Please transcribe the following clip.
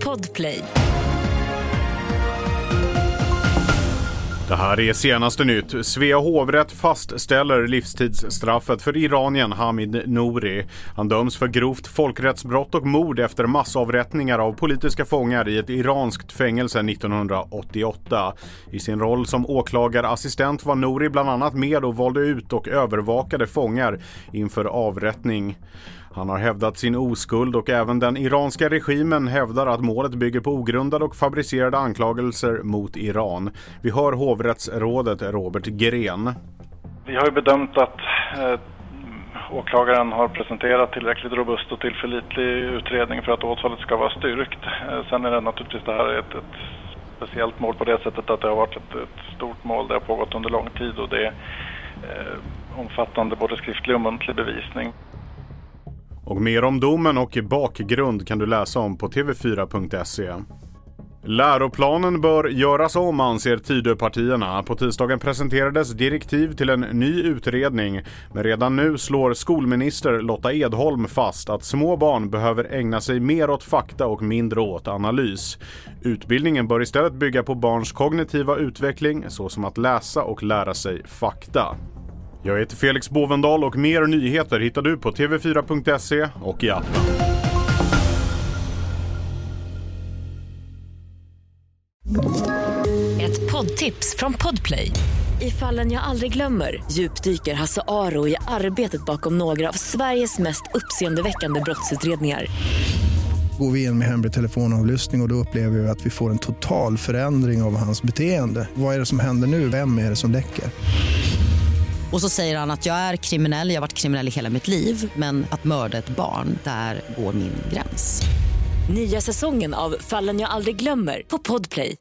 Podplay. Det här är senaste nytt. Svea hovrätt fastställer livstidsstraffet för iranien Hamid Nouri. Han döms för grovt folkrättsbrott och mord efter massavrättningar av politiska fångar i ett iranskt fängelse 1988. I sin roll som åklagarassistent var Nouri bland annat med och valde ut och övervakade fångar inför avrättning. Han har hävdat sin oskuld och även den iranska regimen hävdar att målet bygger på ogrundade och fabricerade anklagelser mot Iran. Vi hör hovrättsrådet Robert Gren. Vi har ju bedömt att åklagaren har presenterat tillräckligt robust och tillförlitlig utredning för att åtalet ska vara styrkt. Sen är det naturligtvis det här ett speciellt mål på det sättet att det har varit ett stort mål. Det har pågått under lång tid och det är omfattande både skriftlig och muntlig bevisning. Och mer om domen och bakgrund kan du läsa om på tv4.se. Läroplanen bör göras om, anser Tidöpartierna. På tisdagen presenterades direktiv till en ny utredning. Men redan nu slår skolminister Lotta Edholm fast att små barn behöver ägna sig mer åt fakta och mindre åt analys. Utbildningen bör istället bygga på barns kognitiva utveckling, såsom att läsa och lära sig fakta. Jag heter Felix Bovendal och mer nyheter hittar du på tv4.se och i appen. Ett poddtips från Podplay. I Fallen jag aldrig glömmer djupdyker Hasse Aro i arbetet bakom några av Sveriges mest uppseendeväckande brottsutredningar. Går vi in med hemlig telefonavlyssning och då upplever vi att vi får en total förändring av hans beteende. Vad är det som händer nu? Vem är det som läcker? Och så säger han att jag är kriminell, jag har varit kriminell i hela mitt liv. Men att mörda ett barn, där går min gräns. Nya säsongen av Fallen jag aldrig glömmer på Podplay.